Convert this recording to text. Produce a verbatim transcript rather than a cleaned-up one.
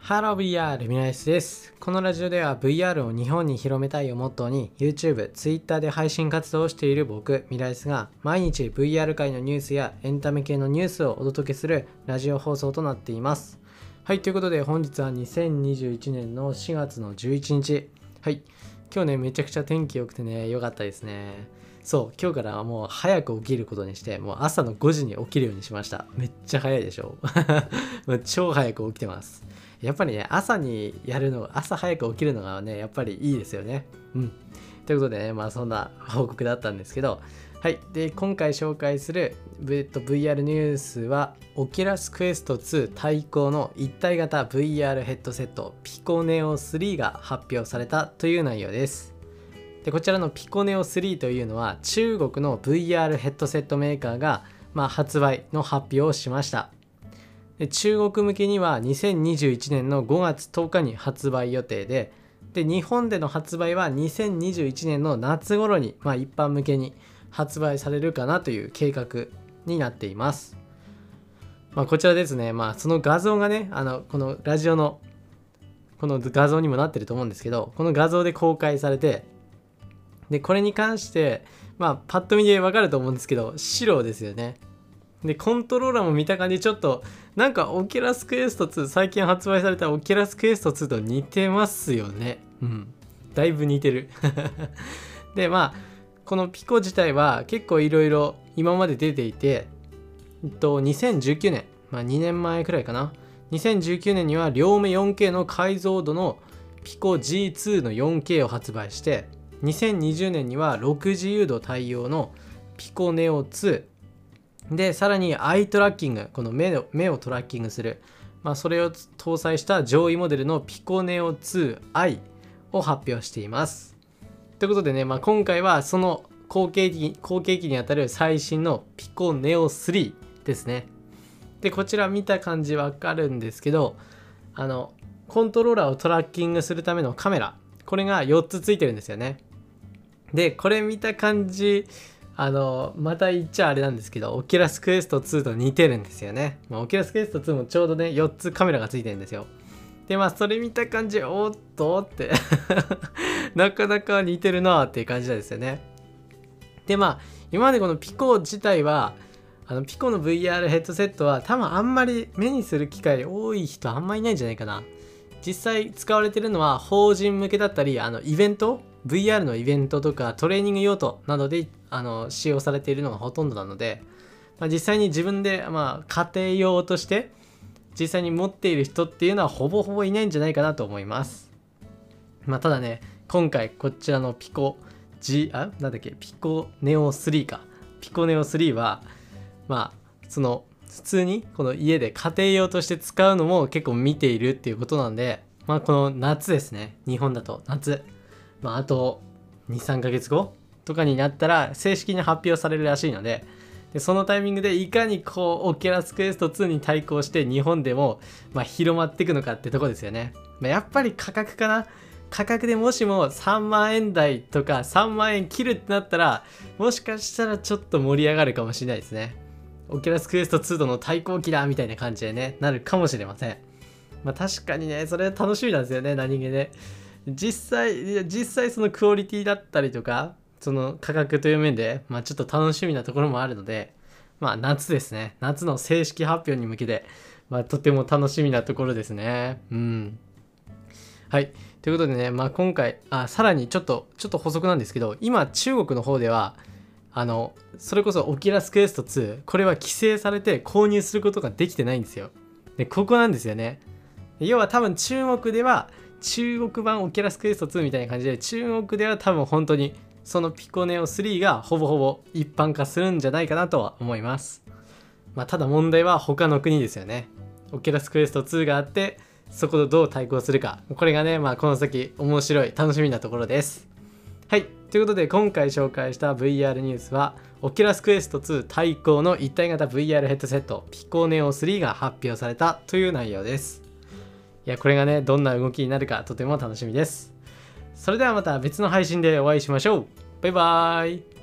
ハロー ブイアール ミライスです。このラジオでは ブイアール を日本に広めたいをモットーに YouTube、Twitter で配信活動をしている僕、ミライスが毎日 ブイアール 界のニュースやエンタメ系のニュースをお届けするラジオ放送となっています。はい、ということで本日はにせんにじゅういちねんのしがつのじゅういちにち。はい、今日ねめちゃくちゃ天気良くてね良かったですね。そう、今日からはもう早く起きることにして、もう朝のごじに起きるようにしました。めっちゃ早いでしょもう超早く起きてます。やっぱりね、朝にやるの、朝早く起きるのがね、やっぱりいいですよね。うん。ということでね、まあそんな報告だったんですけど、はい。で、今回紹介する ブイアール ニュースは、Oculus Quest ツー対抗の一体型 ブイアール ヘッドセット ピコネオスリーが発表されたという内容です。で、こちらの ピコネオスリーというのは、中国の ブイアール ヘッドセットメーカーが、まあ、発売の発表をしました。で、中国向けにはにせんにじゅういちねんのごがつとおかに発売予定で、で日本での発売はにせんにじゅういちねんの夏頃に、まあ、一般向けに発売されるかなという計画になっています。まあ、こちらですね、まあ、その画像がね、あのこのラジオのこの画像にもなってると思うんですけど、この画像で公開されて、でこれに関して、まあ、パッと見でわかると思うんですけど、白ですよね。でコントローラーも見た感じちょっとなんかオキュラスクエストツー、最近発売されたオキュラスクエストツーと似てますよね。うん、だいぶ似てるでまあこのピコ自体は結構いろいろ今まで出ていて、えっと、にせんじゅうきゅうねん、まあ、にねんまえくらいかな、にせんじゅうきゅうねんには両目 よんケー の解像度のピコ ジーツー の よんケー を発売して、にせんにじゅうねんにはろく自由度対応のピコネオツーで、さらにアイトラッキング、この目の目をトラッキングする、まあ、それを搭載した上位モデルのピコネオツーアイ を発表しています。ということでね、まあ、今回はその後継機後継機にあたる最新のピコネオスリーですね。でこちら見た感じわかるんですけど、あのコントローラーをトラッキングするためのカメラ、これがよっつついてるんですよね。でこれ見た感じ、あのまた言っちゃあれなんですけど、オキュラスクエストツーと似てるんですよね。まあ、オキュラスクエストツーもちょうどねよっつカメラがついてるんですよ。でまあそれ見た感じ、おっとってなかなか似てるなーっていう感じなんですよね。でまあ今までこのピコ自体は、あのピコの ブイアール ヘッドセットは多分あんまり目にする機会多い人あんまりいないんじゃないかな。実際使われてるのは法人向けだったり、あのイベント ブイアール のイベントとかトレーニング用途などであの使用されているのがほとんどなので、まあ、実際に自分で、まあ、家庭用として実際に持っている人っていうのはほぼほぼいないんじゃないかなと思います。まあ、ただね、今回こちらのピコ G あなんだっけピコネオスリーかピコネオスリーはまあその普通にこの家で家庭用として使うのも結構見ているっていうことなんで、まあこの夏ですね、日本だと夏、まああとにさんかげつごとかになったら正式に発表されるらしいので、でそのタイミングでいかにこうオキュラスクエストツーに対抗して日本でもまあ広まっていくのかってとこですよね。まあ、やっぱり価格かな。価格でもしもさんまんえん台とかさんまんえん切るってなったら、もしかしたらちょっと盛り上がるかもしれないですね。オキュラスクエストツーとの対抗機だみたいな感じでねなるかもしれません。まあ確かにね、それ楽しみなんですよね、何気ね。実際実際そのクオリティだったりとかその価格という面で、まあ、ちょっと楽しみなところもあるので、まあ夏ですね、夏の正式発表に向けて、まあ、とても楽しみなところですね。うん。はい、ということでね、まあ、今回あさらにちょっとちょっと補足なんですけど、今中国の方ではあのそれこそオキュラスクエストツー、これは規制されて購入することができてないんですよ。でここなんですよね。要は多分中国では中国版オキュラスクエストツーみたいな感じで、中国では多分本当にそのピコネオスリーがほぼほぼ一般化するんじゃないかなとは思います。まあ、ただ問題は他の国ですよね。オキュラスクエストツーがあってそことどう対抗するか、これがね、まあ、この先面白い楽しみなところです。はい、ということで今回紹介した ブイアール ニュースはオキュラスクエストツー対抗の一体型 ブイアール ヘッドセットピコネオスリーが発表されたという内容です。いやこれがねどんな動きになるかとても楽しみです。それではまた別の配信でお会いしましょう。バイバーイ。